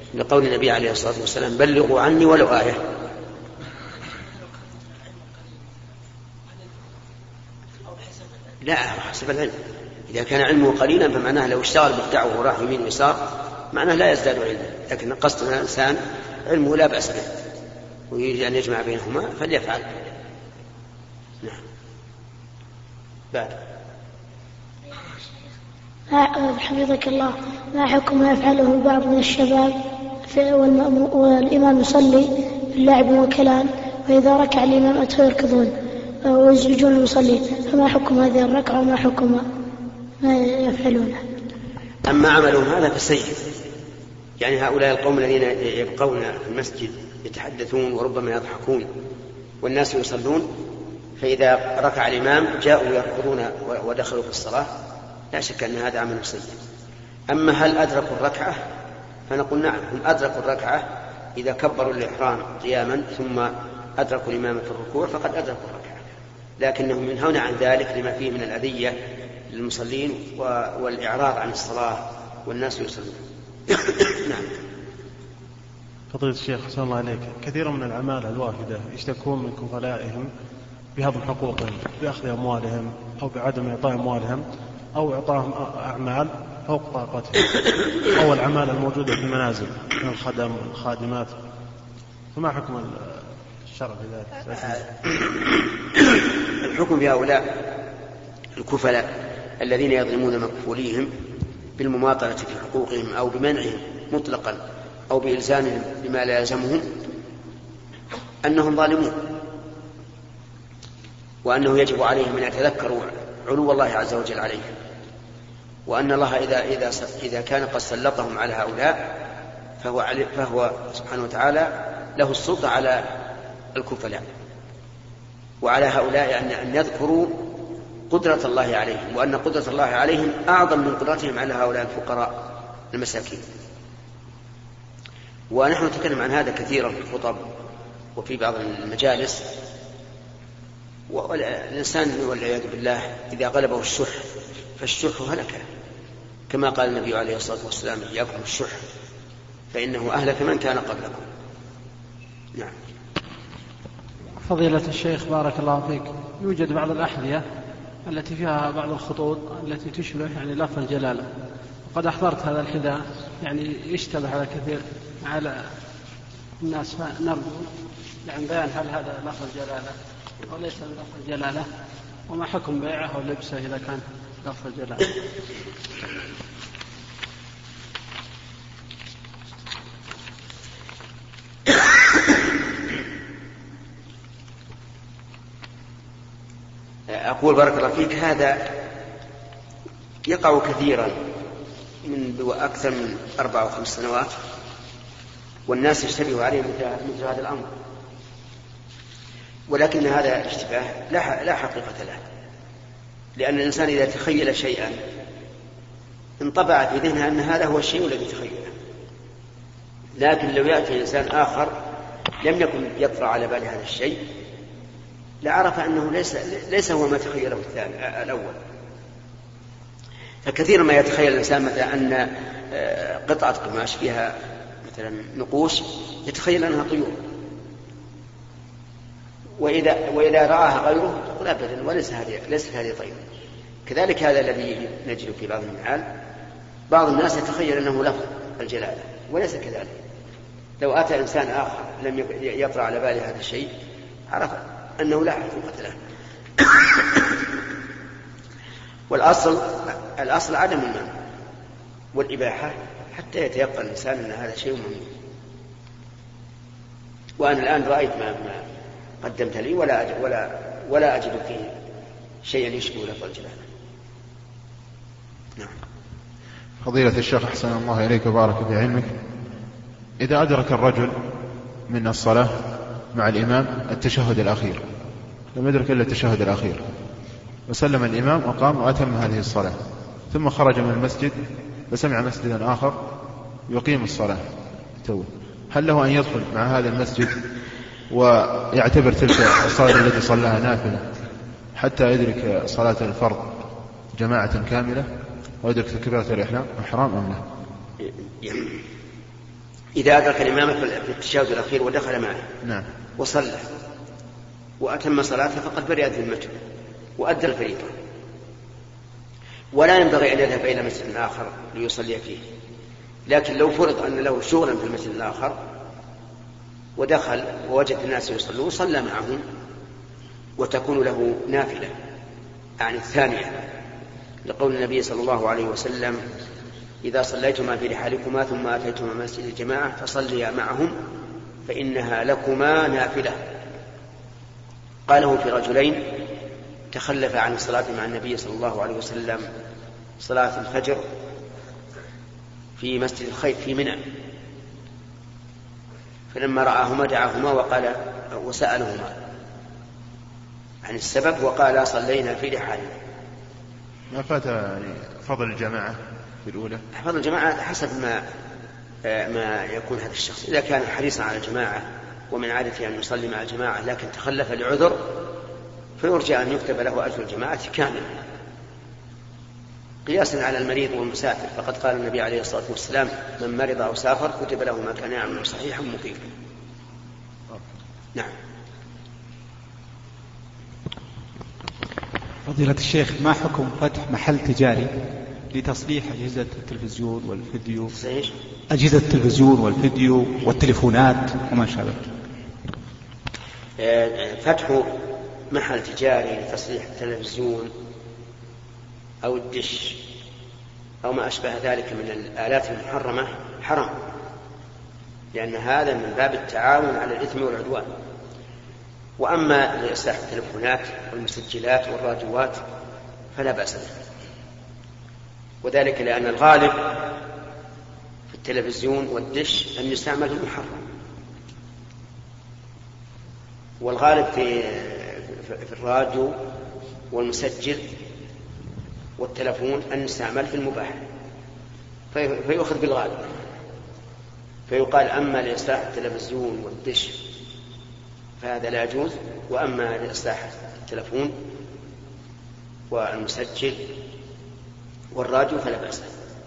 لقول النبي عليه الصلاة والسلام بلغوا عني ولو آية. لا حسب العلم، إذا كان علمه قليلا فمعناه لو اشتغل بالدعوة وراح يمين ويسار معناه لا يزداد علما، لكن قصد الإنسان علمه لا بأس به ويريد أن يجمع بينهما فليفعل. نعم. بعد حفظك الله، ما حكم ما يفعله بعض من الشباب والإمام يصلي في اللعب والكلام، وإذا ركع الإمام أتوا يركضون ويزعجون المصلين، فما حكم هذه الركعة وما حكم ما يفعلونه؟ أما عملهم هذا فسيء، يعني هؤلاء القوم الذين يبقون في المسجد يتحدثون وربما يضحكون والناس يصلون، فإذا ركع الإمام جاءوا يركضون ودخلوا في الصلاة، لا شك أن هذا عمل سيء. أما هل أدركوا الركعة فنقول نعم، هم أدركوا الركعة إذا كبروا الإحرام قياما ثم أدركوا الإمام في الركوع فقد أدركوا الركعة، لكنهم ينهون عن ذلك لما فيه من الأذية للمصلين والإعراض عن الصلاة والناس يصلون. نعم. فضيلة الشيخ حسن الله عليك، كثير من العمالة الوافدة يشتكون من كفلائهم بهضم حقوقهم، بأخذ أموالهم أو بعدم إعطاء أموالهم أو إعطاهم أعمال فوق طاقتهم، أو العمالة الموجودة في المنازل من الخدم والخادمات، فما حكم الشرع في ذلك؟ الحكم بهؤلاء الكفلاء الذين يظلمون مكفوليهم بالمماطلة في حقوقهم أو بمنعهم مطلقا أو بإلزامهم بما لا يلزمهم أنهم ظالمون، وأنه يجب عليهم أن يتذكروا علو الله عز وجل عليهم، وأن الله إذا كان قد سلطهم على هؤلاء فهو سبحانه وتعالى له السلطة على الكفلاء، وعلى هؤلاء أن يذكروا قدرة الله عليهم، وأن قدرة الله عليهم أعظم من قدرتهم على هؤلاء الفقراء المساكين. ونحن نتكلم عن هذا كثيرا في الخطب وفي بعض المجالس، والإنسان والعياذ بالله إذا غلبه الشح فالشح هلكه، كما قال النبي عليه الصلاة والسلام إياكم الشح فإنه أهلك من كان قبلكم. نعم. فضيلة الشيخ بارك الله فيك، يوجد بعض الأحذية التي فيها بعض الخطوط التي تشبه يعني لفظ الجلالة، وقد أحضرت هذا الحذاء يعني يشتبه على كثير على الناس، فنرجو يعني بيان هل هذا لفظ الجلالة وليس لفظ الجلالة، وما حكم بيعه ولبسه إذا كان لفظ الجلالة. أقول بارك الله فيك، هذا يقع كثيرا من أكثر من 4 أو 5 سنوات، والناس يشتبه عليه مثل هذا الأمر، ولكن هذا اشتباه لا حقيقة له، لأن الإنسان إذا تخيل شيئا انطبع في ذهنه أن هذا هو الشيء الذي تخيله، لكن لو يأتي إنسان آخر لم يكن يطرأ على بال هذا الشيء لعرف أنه ليس هو ما تخيله الأول. فكثيرا ما يتخيل الإنسان مثلا أن قطعة قماش فيها مثلا نقوش يتخيل أنها طيور، وإذا رآها غيره يقول أبدا وليست هذه طيور. كذلك هذا الذي نجد في بعض النعال، بعض الناس يتخيل أنه لفظ الجلالة وليس كذلك. لو أتى إنسان آخر لم يطرأ على باله هذا الشيء عرف أنه لا حقيقة له. والأصل عدم المنع والإباحة حتى يتيقن الإنسان أن هذا شيء ممنوع. وأنا الآن رأيت ما قدمت لي ولا أجد فيه شيئا يشبه لفظ الجلالة. نعم. فضيلة الشيخ أحسن الله إليك وبارك في علمك، إذا أدرك الرجل من الصلاة مع الإمام التشهد الأخير، لم يدرك إلا التشهد الأخير، وسلم الإمام وقام وأتم هذه الصلاة، ثم خرج من المسجد فسمع مسجدا آخر يقيم الصلاة هل له أن يدخل مع هذا المسجد ويعتبر تلك الصلاة التي صلاها نافلة حتى يدرك صلاة الفرض جماعة كاملة ويدرك تكبيرة الإحرام أم لا؟ إذا أدرك الإمام في التشهد الأخير ودخل معه نعم وصلى وأتم صلاته فقد برئت ذمته وأدى الفريضة، ولا ينبغي أن يذهب إلى مسجد آخر ليصلي فيه. لكن لو فرض أن له شغلا في المسجد الآخر ودخل ووجد الناس يصلون صلى معهم وتكون له نافلة عن الثانية، لقول النبي صلى الله عليه وسلم: إذا صليتما في رحالكما ثم أتيتما مسجد الجماعة فصليا معهم فإنها لكما نافلة. قاله في رجلين تخلف عن الصلاة مع النبي صلى الله عليه وسلم صلاة الفجر في مسجد الخيف في منى، فلما رآهما دعاهما وقال وسألهما عن السبب وقال: صلينا في رحالنا. ما فات فضل الجماعة في الأولى؟ فضل الجماعة حسب ما يكون هذا الشخص. إذا كان حريصا على الجماعة ومن عادته أن يصلي مع الجماعة لكن تخلف لعذر فيرجى أن يكتب له أجر الجماعة كامل، قياسا على المريض والمسافر، فقد قال النبي عليه الصلاة والسلام: من مرض أو سافر كتب له ما كان يعمل صحيحا مقيما. نعم. فضيلة الشيخ، ما حكم فتح محل تجاري لتصليح أجهزة التلفزيون والفيديو؟ أجهزة التلفزيون والفيديو والتليفونات وما شابه. فتح محل تجاري لتصليح التلفزيون أو الدش أو ما أشبه ذلك من الآلات المحرمة حرام، لأن هذا من باب التعاون على الإثم والعدوان. وأما لإصلاح التلفونات والمسجلات والراديوات فلا بأس به، وذلك لأن الغالب في التلفزيون والدش أن يستعمل المحرم، والغالب في الراديو والمسجل والتلفون أن يستعمل في المباح، فيؤخذ بالغالب، فيقال: أما لإصلاح التلفزيون والدش فهذا لا يجوز، وأما لإصلاح التلفون والمسجل والراديو فلا بأس.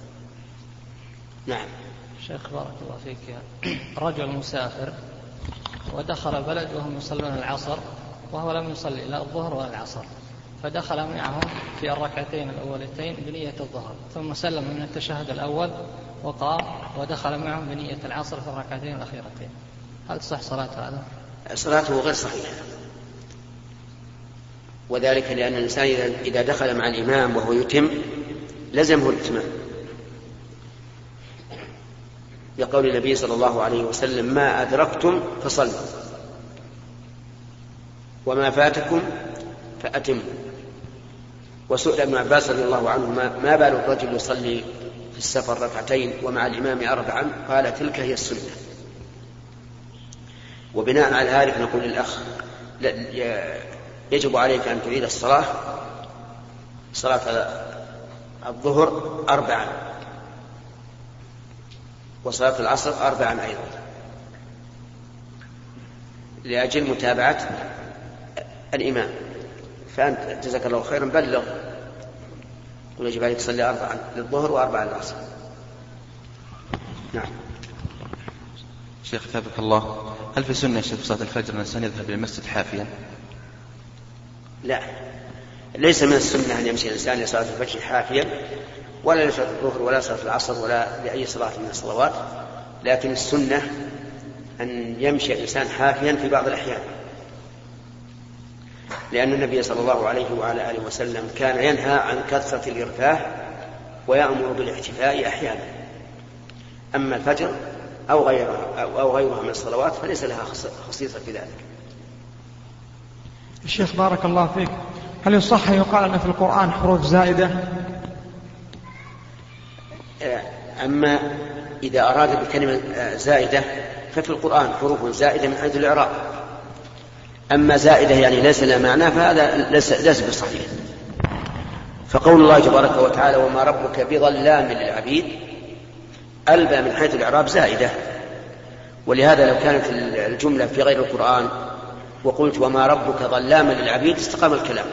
نعم. شيخ بارك الله فيك، رجل مسافر ودخل بلد وهم يصلون العصر وهو لم يصلي لا الظهر ولا العصر، فدخل معهم في الركعتين الأولتين بنية الظهر، ثم سلم من التشهد الأول وقام ودخل معهم بنية العصر في الركعتين الأخيرتين، هل تصح صلاة هذا؟ صلاته غير صحيحة، وذلك لأن الإنسان إذا دخل مع الإمام وهو يتم لزمه الاتمام، لقول النبي صلى الله عليه وسلم: ما أدركتم فصلوا وما فاتكم فأتموا. وسئل ابن عباس رضي الله عنه: ما بال الرجل يصلي في السفر ركعتين ومع الإمام 4؟ قال: تلك هي السنة. وبناء على ذلك نقول للأخ: يجب عليك أن تعيد صلاة الظهر 4 وصلاة العصر 4 أيضا، لأجل متابعة الإمام. فأنت جزاك الله خيرا بلغ، ويجب عليك تصلي 4 للظهر و4 للعصر. نعم. شيخ ثابت الله، هل في سنة في صلاة الفجر أن الإنسان يذهب إلى المسجد حافيا؟ لا، ليس من السنة أن يمشي الإنسان لصلاة الفجر حافيا، ولا لصلاة الظهر ولا صلاة العصر ولا لأي صلاة من الصلوات، لكن السنة أن يمشي الإنسان حافيا في بعض الأحيان، لأن النبي صلى الله عليه وعلى آله وسلم كان ينهى عن كثرة الإرفاه ويأمر بالاحتفاء أحيانا. أما الفجر أو غيرها من الصلوات فليس لها خصيصة في ذلك. الشيخ بارك الله فيك، هل يصح يقال أن في القرآن حروف زائدة؟ أما إذا أراد بكلمة زائدة ففي القرآن حروف زائدة من حيث الإعراب، أما زائدة يعني ليس لها معنى فهذا ليس بصحيح. فقول الله تبارك وتعالى: وما ربك بظلام للعبيد، ألبى من حيث الإعراب زائدة، ولهذا لو كانت الجملة في غير القرآن وقلت وما ربك ظلاما للعبيد استقام الكلام،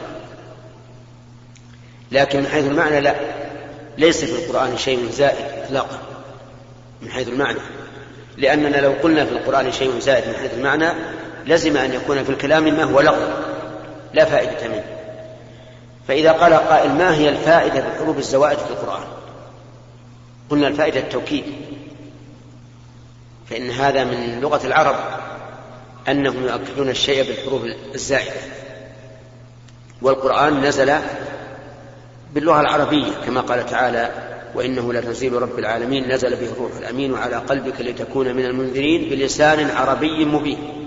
لكن من حيث المعنى لا، ليس في القرآن شيء زائد إطلاقا. من حيث المعنى، لأننا لو قلنا في القرآن شيء زائد من حيث المعنى لزم أن يكون في الكلام ما هو لغو لا فائدة منه. فإذا قال قائل ما هي الفائدة بالحروف الزوائد في القرآن؟ قلنا الفائدة التوكيد، فإن هذا من لغة العرب أنهم يؤكدون الشيء بالحروف الزائدة، والقرآن نزل باللغة العربية كما قال تعالى وإنه لتنزيل رب العالمين نزل به الروح الأمين على قلبك لتكون من المنذرين بلسان عربي مبين.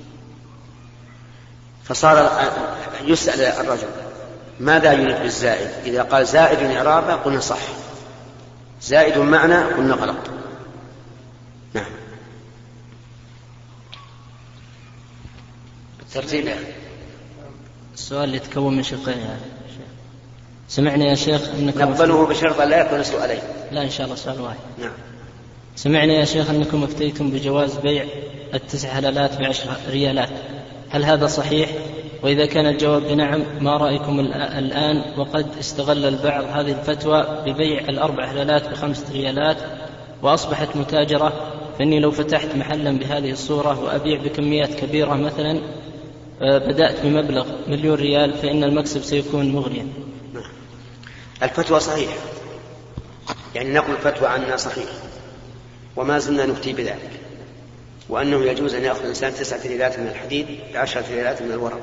فصار يسأل الرجل ماذا يريد بالزائد؟ إذا قال زائد إعرابا قلنا صح، زائد معنى قلنا غلط. نعم. بالترتيب السؤال اللي يتكون من شقين يعني. سمعنا يا شيخ أنكم نقبله بشرط لا يكون سؤالين. لا إن شاء الله سؤال واحد. نعم. سمعنا يا شيخ أنكم افتيتم بجواز بيع 9 هلالات ب10 ريالات، هل هذا صحيح؟ وإذا كان الجواب بنعم ما رأيكم الآن وقد استغل البعض هذه الفتوى ببيع 4 هلالات ب5 ريالات وأصبحت متاجرة، فإني لو فتحت محلا بهذه الصورة وأبيع بكميات كبيرة مثلا بدأت بمبلغ 1,000,000 ريال فإن المكسب سيكون مغريا. الفتوى صحيحة، يعني نقول الفتوى عنها صحيح وما زلنا نفتي بذلك، وأنه يجوز أن يأخذ الإنسان 9 ريالات من الحديد ب10 ريالات من الورق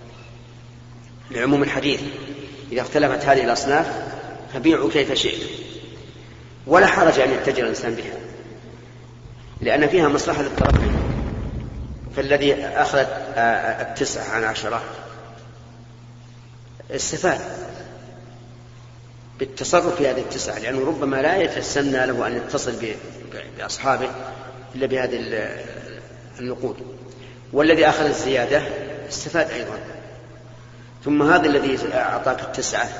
لعموم الحديث إذا اختلفت هذه الأصناف فبيعوا كيف شئت، ولا حرج أن يتجر الإنسان بها لأن فيها مصلحة للطرفين. فالذي أخذ 9 عن 10 استفاد بالتصرف في هذه 9، لأنه ربما لا يتسنى له أن يتصل بأصحابه إلا بهذه النقود، والذي أخذ الزيادة استفاد أيضا. ثم هذا الذي أعطاك 9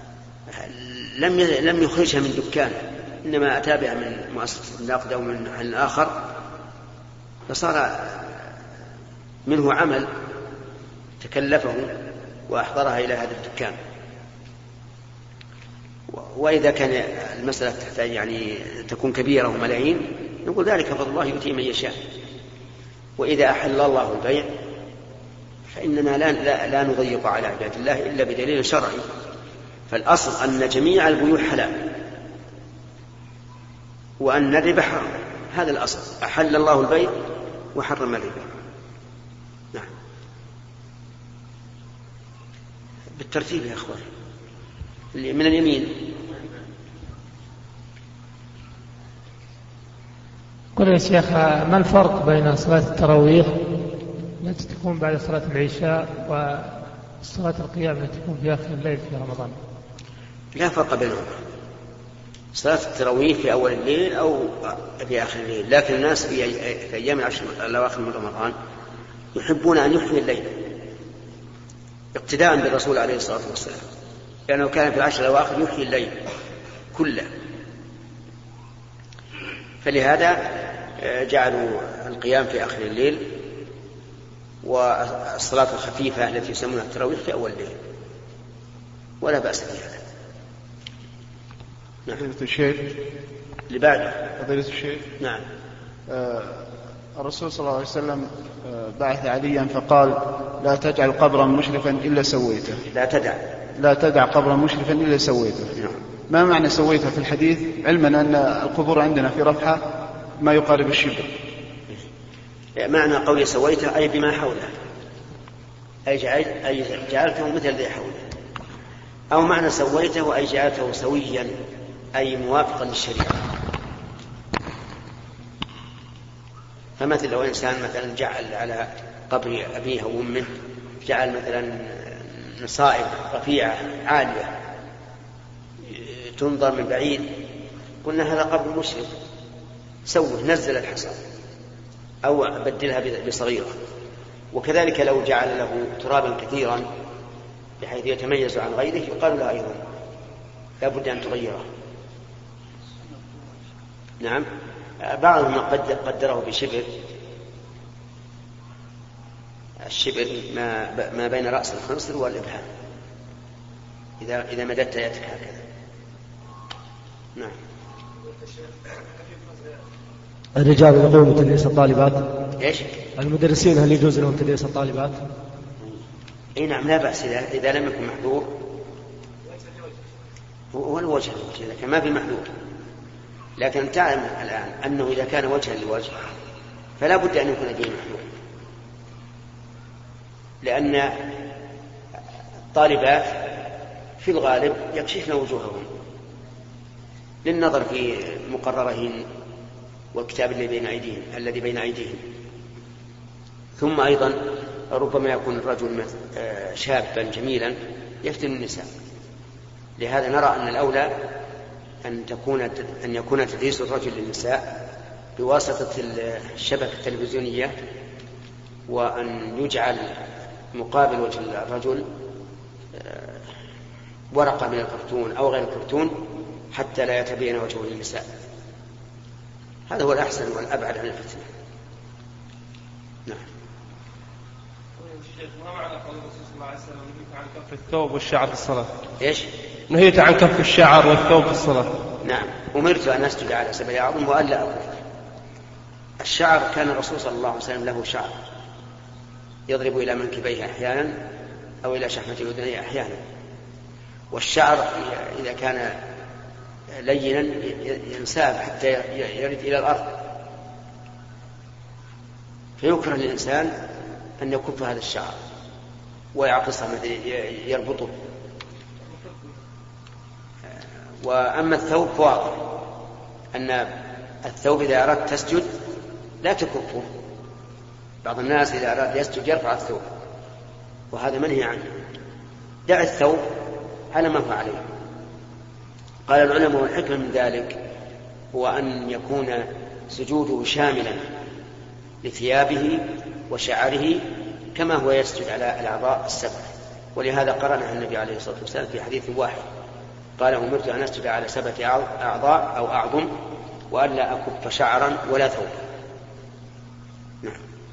لم يخرجها من دكان، إنما أتى بها من مؤسسة النقد أو من محل آخر، فصار منه عمل تكلفه وأحضرها إلى هذا الدكان. وإذا كان المسألة تحتاج يعني تكون كبيرة وملايين نقول ذلك فضل الله يؤتيه من يشاء. وإذا أحل الله البيع فإننا لا نضيق على عباد الله إلا بدليل شرعي، فالأصل أن جميع البيوع حلال وأن الربا حرام، هذا الأصل. أحل الله البيع وحرم الربا. نعم. بالترتيب يا أخوان، من اليمين. قل يا شيخ ما الفرق بين صلاة التراويح التي تكون بعد صلاة العشاء وصلاة القيام التي تكون في آخر الليل في رمضان؟ لا فرق بينهما، صلاة التراويح في أول الليل أو في آخر الليل، لكن الناس في أيام العشر الأواخر من رمضان يحبون أن يحيي الليل اقتداء بالرسول عليه الصلاة والسلام، لأنه كان في العشر الأواخر يحيي الليل كله، فلهذا جعلوا القيام في آخر الليل والصلاة الخفيفة التي يسمونها التراويح في أول الليل، ولا بأس بهذا. فضيلة الشيخ اللي بعده. فضيلة الشيخ. نعم. الرسول صلى الله عليه وسلم بعث عليا فقال لا تجعل قبرا مشرفا إلا سويته. لا تدع قبرا مشرفا إلا سويته. نعم. ما معنى سويته في الحديث، علما أن القبور عندنا في رفحة ما يقارب الشبر؟ معنى قولي سويته أي بما حوله، أي جعلته مثل ذي حوله، أو معنى سويته أي جعلته سويا أي موافقا للشريعة. فمثل لو إنسان مثلا جعل على قبر أبيه أو أمه جعل مثلا نصائب رفيعة عالية تنظر من بعيد، قلنا هذا قبر مشرف، سوه نزل الحصى أو بدلها بصغيرة. وكذلك لو جعل له ترابا كثيرا بحيث يتميز عن غيره يقال له أيضا لا بد أن تغيره. نعم. بعضهم قدره بشبر، الشبر ما بين رأس الخنصر والإبهام، إذا مددت يدك هكذا. نعم. الرجال يقومون بتدريس الطالبات؟ إيش؟ المدرسين هل يجوز لهم تدريس الطالبات؟ أي نعم، لا بأس إذا لم يكن محذور. هو الوجه إذا كان ما في محذور، لكن تعلم الآن أنه إذا كان وجها لوجه فلا بد أن يكون فيه محذور، لأن الطالبات في الغالب يكشفن وجوههن للنظر في مقررهن والكتاب الذي بين أيديهم. ثم أيضا ربما يكون الرجل شابا جميلا يفتن النساء، لهذا نرى أن الأولى أن يكون تدريس الرجل للنساء بواسطة الشبكة التلفزيونية، وأن يجعل مقابل وجه الرجل ورقة من الكرتون أو غير الكرتون حتى لا يتبين وجهه للنساء. هذا هو الأحسن والأبعد عن الفتنة. نعم. ما معنى قول الرسول صلى الله عليه وسلم نهيت عن كف الثوب والشعر في الصلاة؟ إيش؟ نهيت عن كف الشعر والثوب في الصلاة. نعم، أمرت أن أسجد على 7 أعظم وأن لا أكف. الشعر كان الرسول صلى الله عليه وسلم له شعر يضرب إلى منكبيه أحيانا أو إلى شحمة أذنيه أحيانا، والشعر إذا كان لينا ينساب حتى يرد إلى الأرض، فيكره للإنسان أن يكف هذا الشعر ويعقصه مثل يربطه. وأما الثوب فواضح أن الثوب إذا أردت تسجد لا تكفه. بعض الناس إذا أراد يسجد يرفع الثوب، وهذا منهي عنه. دع الثوب على ما هو عليه. قال العلماء والحكمة من ذلك هو أن يكون سجوده شاملا لثيابه وشعره كما هو يسجد على الأعضاء السبع، ولهذا قرنها النبي عليه الصلاة والسلام في حديث واحد قال أمرت أن أسجد على 7 أعضاء أو أعظم وأن لا أكف شعرا ولا ثوبا. نعم.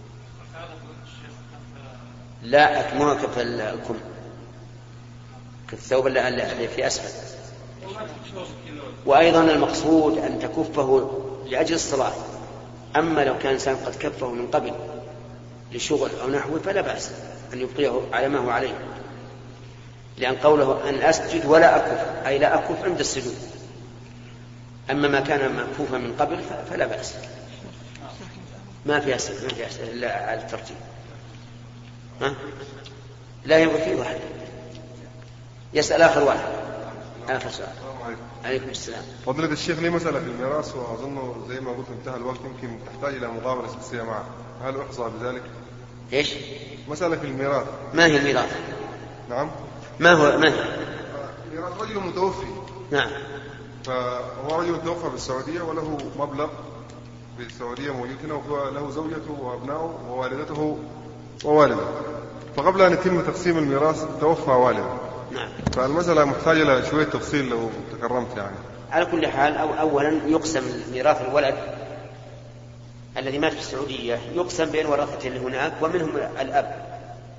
لا أكمه كف الكم كالثوب اللي في أسفل. وأيضا المقصود أن تكفه لأجل الصلاة. أما لو كان إنسان قد كفه من قبل لشغل أو نحوه فلا بأس أن يبقيه على ما هو عليه، لأن قوله أن أسجد ولا أكف أي لا أكف عند السجود. أما ما كان مكفوفا من قبل فلا بأس، ما في أسئلة إلا على الترتيب. لا يبقى فيه واحد يسأل آخر واحد. آخر سؤال. عليكم السلام. فضيلة الشيخ لي مسألة في الميراث وأظنه زي ما قلت انتهى الوقت، يمكن تحتاج إلى مغامرة شخصية معه، هل أحظى بذلك؟ إيش؟ مسألة في الميراث. ما هي الميراث؟ نعم. ما هو ميراث رجل متوفي. نعم. فهو رجل توفى بالسعودية وله مبلغ بالسعودية موجود هنا، وله زوجته وأبنائه ووالدته ووالده، فقبل أن يتم تقسيم الميراث توفى والده. نعم. فالمسألة محتاجة إلى شوية تفصيل لو تكرمت يعني. على كل حال أولا يقسم ميراث الولد الذي مات في السعودية يقسم بين ورثته اللي هناك ومنهم الأب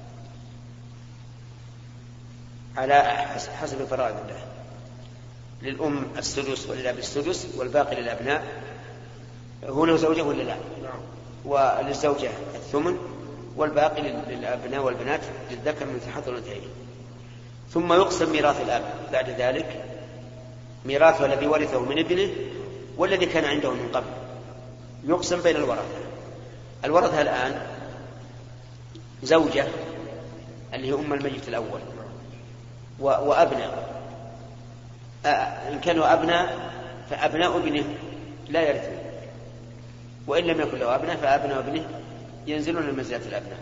على حسب فرائض الله. للأم السدس وللأب السدس والباقي للأبناء. هو له زوجة ولا لا؟ وللزوجة الثمن والباقي للأبناء والبنات للذكر من حظ الأنثيين. ثم يقسم ميراث الأب بعد ذلك ميراثه الذي ورثه من ابنه والذي كان عنده من قبل، يقسم بين الورثة الآن زوجة اللي هي أم الميت الأول وأبناء. إن كانوا أبناء فأبناء ابنه لا يرثون، وإن لم يكن له أبناء فأبناء ابنه ينزلون المنزلة الأبناء.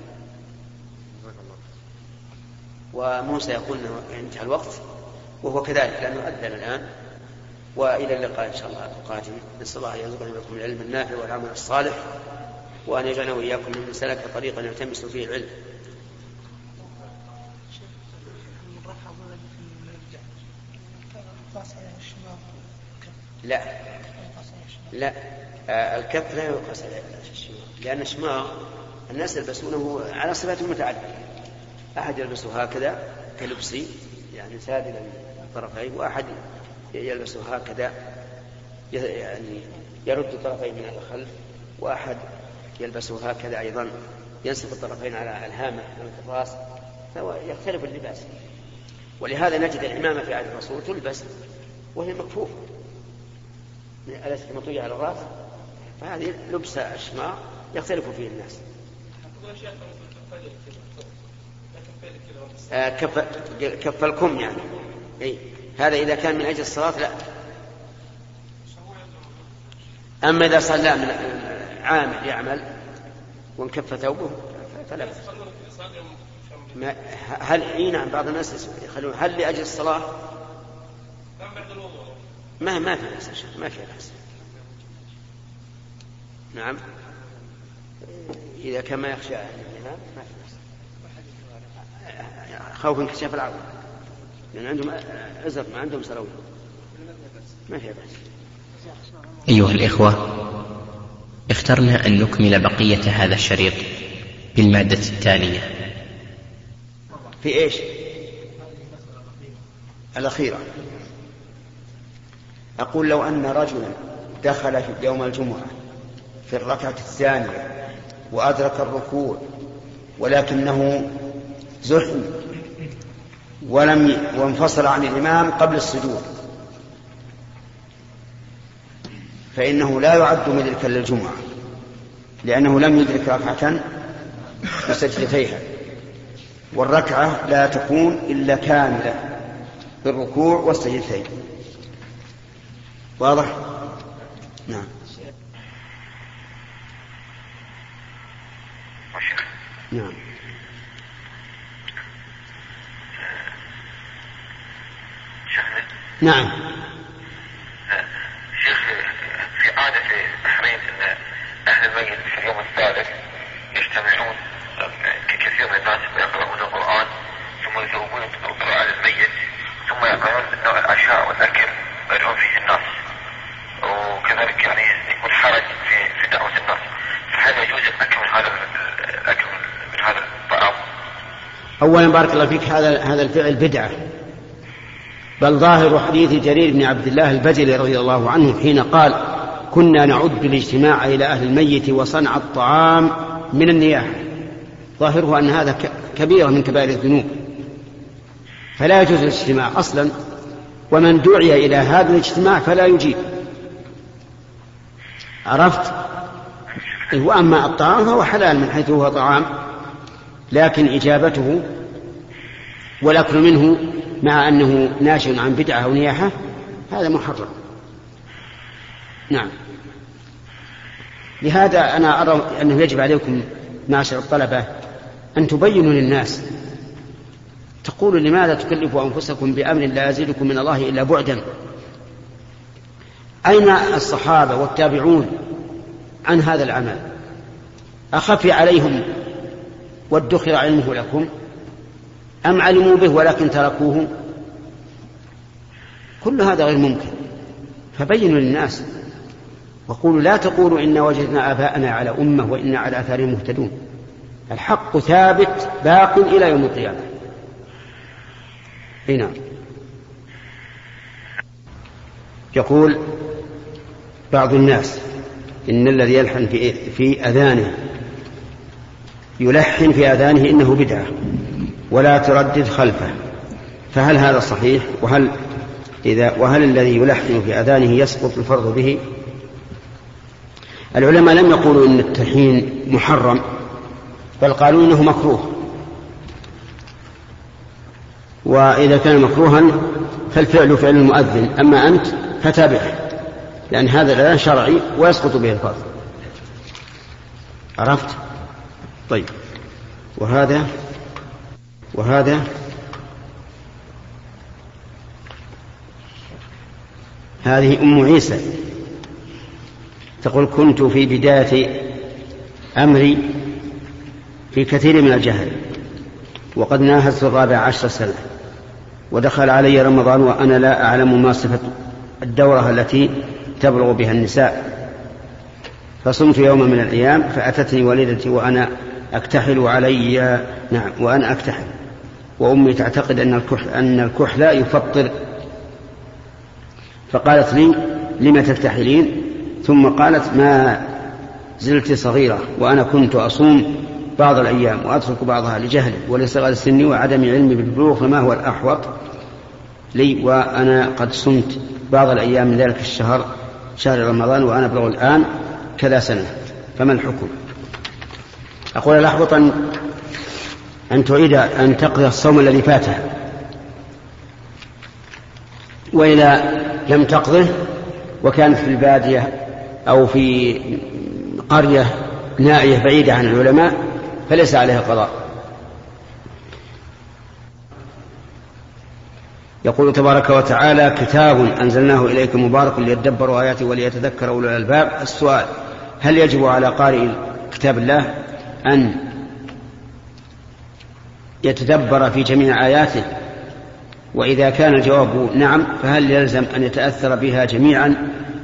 وموسى يقول انتهى الوقت وهو كذلك لأنه أذن الآن. وإلى اللقاء إن شاء الله القادم. نسأل الله يرزقنا ويكون العلم النافع والعمل الصالح، وأن يجعلنا وإياكم من سلك طريقا يلتمس فيه العلم. لا الكف لا يقاس على الشماغ، لأن الشماغ الناس يلبسونه على صفات متعددة. أحد يلبسه هكذا كلبسي يعني سادلا الطرفين، وأحد يلبسه هكذا يعني يرد طرفين من الخلف وأحد يلبسه هكذا أيضا ينصب الطرفين على الهامة الراس، فهو يختلف اللباس. ولهذا نجد العمامة في عهد الرسول تلبس وهي مكفوفة أليست مطوية على الرأس، فهذه لبس الشماغ يختلف فيه الناس. كف الكم يعني أي هذا إذا كان من أجل الصلاة لا. أما إذا صلى من عامل يعمل وانكف ثوبه فلا بأس. هل نعم بعض الناس يخلون هل لأجل الصلاة ما في بأس، ما في بأس. نعم إذا كان ما يخشى الإمام ما في بأس، خوف انكشاف العظم، لأن عندهم أزر ما عندهم سراويل، ما في بأس. أيها الإخوة، اخترنا أن نكمل بقية هذا الشريط بالمادة التالية. في إيش؟ الأخيرة. أقول لو أن رجلا دخل في يوم الجمعة في الركعة الثانية وأدرك الركوع ولكنه زحم وانفصل عن الإمام قبل السجود، فإنه لا يعد مدركا للجمعة، لأنه لم يدرك ركعة بسجدتيها، والركعة لا تكون إلا كاملة بالركوع والسجدتين. واضح؟ نعم. نعم. نعم. شيخ، في عادة البحرين أن أهل الميت في اليوم الثالث يجتمعون كثير من الناس ويقرؤون القرآن ثم يذهبون القراءة على الميت ثم يعملون نوع العشاء والأكل ويدعون فيه الناس، وكذلك يعني يكون حرج في دعوة الناس، فهل يجوز الأكل من هذا الطعام؟ أولا بارك الله فيك، هذا الفعل بدعة، بل ظاهر حديث جرير بن عبد الله البجلي رضي الله عنه حين قال: كنا نعد الاجتماع إلى أهل الميت وصنع الطعام من النياحة، ظاهره أن هذا كبيرة من كبائر الذنوب، فلا يجوز الاجتماع أصلا، ومن دعي إلى هذا الاجتماع فلا يجيب. عرفت؟ وأما الطعام فهو حلال من حيث هو طعام، لكن إجابته والأكل منه مع أنه ناشئ عن بدعة أو نياحة هذا محرم. نعم. لهذا أنا أرى أنه يجب عليكم معشر الطلبة أن تبينوا للناس، تقولوا: لماذا تكلفوا أنفسكم بأمر لا يزيدكم من الله إلا بعدا؟ أين الصحابة والتابعون عن هذا العمل؟ أخفي عليهم وادخر علمه لكم أم علموا به ولكن تركوه؟ كل هذا غير ممكن، فبينوا للناس وقولوا: لا تقولوا إن وجدنا آباءنا على أمة وإنا على آثارهم مهتدون. الحق ثابت باق إلى يوم القيامة. هنا يقول بعض الناس: إن الذي يلحن في أذانه يلحن في أذانه إنه بدعة ولا تردد خلفه، فهل هذا صحيح؟ وهل الذي يلحن في أذانه يسقط الفرض به؟ العلماء لم يقولوا إن التلحين محرم، بل قالوا إنه مكروه، وإذا كان مكروها فالفعل فعل المؤذن، أما أنت فتابعه، لأن هذا الأذان شرعي ويسقط به الفرض. عرفت؟ طيب. وهذا هذه أم عيسى تقول: كنت في بداية أمري في كثير من الجهل، وقد ناهزت 14 سنة، ودخل علي رمضان وأنا لا أعلم ما صفة الدورة التي تبلغ بها النساء، فصمت يوما من الأيام فأتتني والدتي وأنا أكتحل علي، نعم، وأنا أكتحل، وأمي تعتقد أن الكحل يفطر، فقالت لي: لم تكتحلين؟ ثم قالت: ما زلت صغيرة وأنا كنت أصوم بعض الأيام وأترك بعضها لجهلي ولصغر سني وعدم علمي بالبلوغ، فما هو الأحوط لي وأنا قد صمت بعض الأيام من ذلك الشهر شهر رمضان وأنا أبلغ الآن كذا سنة، فما الحكم؟ أقول الأحوط أن تعيد أن تقضي الصوم الذي فاته، وإذا لم تقضه وكانت في البادية أو في قرية نائية بعيدة عن العلماء فليس عليها قضاء. يقول تبارك وتعالى: كتاب أنزلناه إليك مبارك ليدبروا آياته وليتذكر أولو الألباب. السؤال: هل يجب على قارئ كتاب الله أن يتدبر في جميع آياته؟ وإذا كان الجواب نعم، فهل يلزم أن يتأثر بها جميعا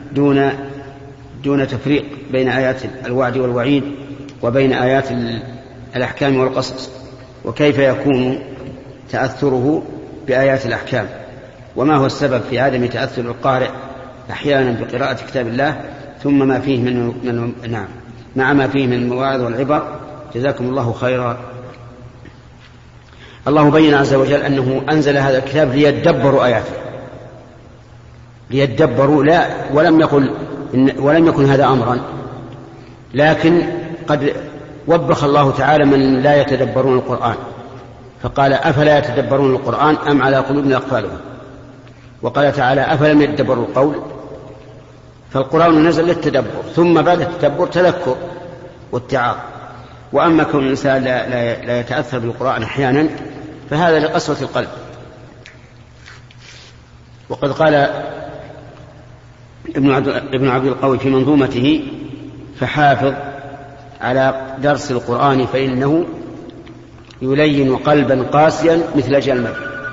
دون تفريق بين آيات الوعد والوعيد وبين آيات الأحكام والقصص؟ وكيف يكون تأثره بآيات الأحكام؟ وما هو السبب في عدم تأثر القارئ أحيانا بقراءة كتاب الله ثم ما فيه مع ما فيه من المواعظ والعبر؟ جزاكم الله خيرا. الله بين عز وجل أنه أنزل هذا الكتاب ليدبروا آياته، ليدبروا، لا ولم يكن هذا أمرا، لكن قد وبخ الله تعالى من لا يتدبرون القرآن فقال: أفلا يتدبرون القرآن أم على قلوب أقفالها؟ وقال تعالى: أفلم يتدبروا القول؟ فالقرآن نزل للتدبر، ثم بعد التدبر تذكر واتعاظ. وأما كون الإنسان لا يتأثر بالقرآن أحيانا فهذا لقسوة القلب. وقد قال ابن عبد القوي في منظومته: فحافظ على درس القرآن فإنه يلين قلبا قاسيا مثل جلمد.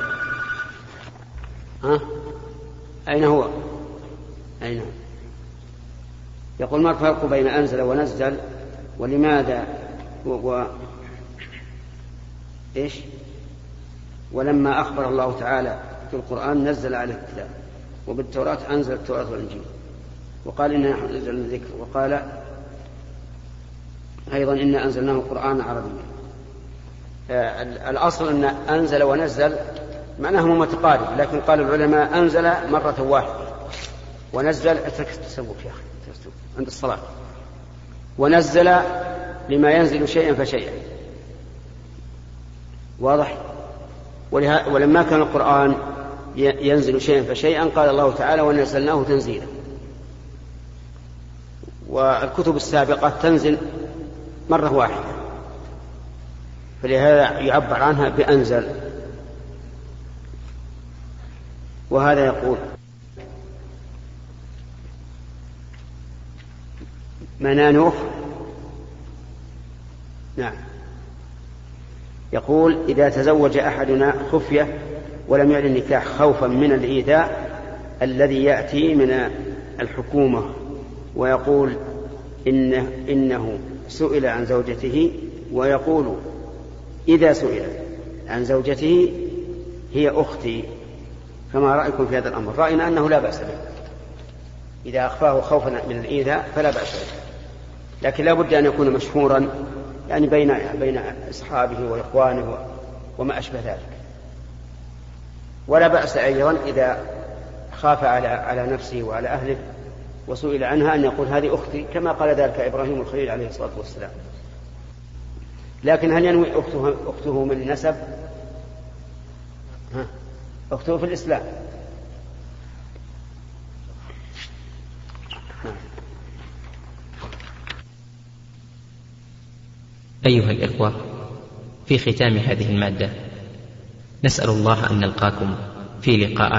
أين هو؟ أين هو؟ يقول: ما الفرق بين أنزل ونزل، ولماذا إيش؟ ولما أخبر الله تعالى في القرآن نزل عليه الكتاب، وبالتوراة أنزل التوراة والإنجيل، وقال إنا نحن نزلنا الذكر، وقال أيضا إنا أنزلناه قرآنا عربيا. الأصل أن أنزل ونزل معناه متقارب، لكن قال العلماء أنزل مرة واحدة ونزل التسوق يا أخي عند الصلاة، ونزل لما ينزل شيئا فشيئا، واضح؟ ولما كان القرآن ينزل شيئا فشيئا قال الله تعالى: ونزلناه تنزيلا. والكتب السابقة تنزل مرة واحدة، فلهذا يعبر عنها بأنزل. وهذا يقول: منانوخ. نعم. يقول: إذا تزوج أحدنا خفية ولم يعلن النكاح خوفا من الإيذاء الذي يأتي من الحكومة، ويقول إنه سئل عن زوجته، ويقول إذا سئل عن زوجته هي أختي، فما رأيكم في هذا الأمر؟ رأينا أنه لا بأس به، إذا أخفاه خوفا من الإيذاء فلا بأس به، لكن لا بد أن يكون مشهورا، يعني بين أصحابه وإخوانه وما أشبه ذلك. ولا بأس أيضا إذا خاف على نفسه وعلى أهله وسئل عنها أن يقول هذه أختي، كما قال ذلك إبراهيم الخليل عليه الصلاة والسلام. لكن هل ينوي أخته من النسب؟ أخته في الإسلام. أيها الإخوة، في ختام هذه المادة نسأل الله أن نلقاكم في لقاء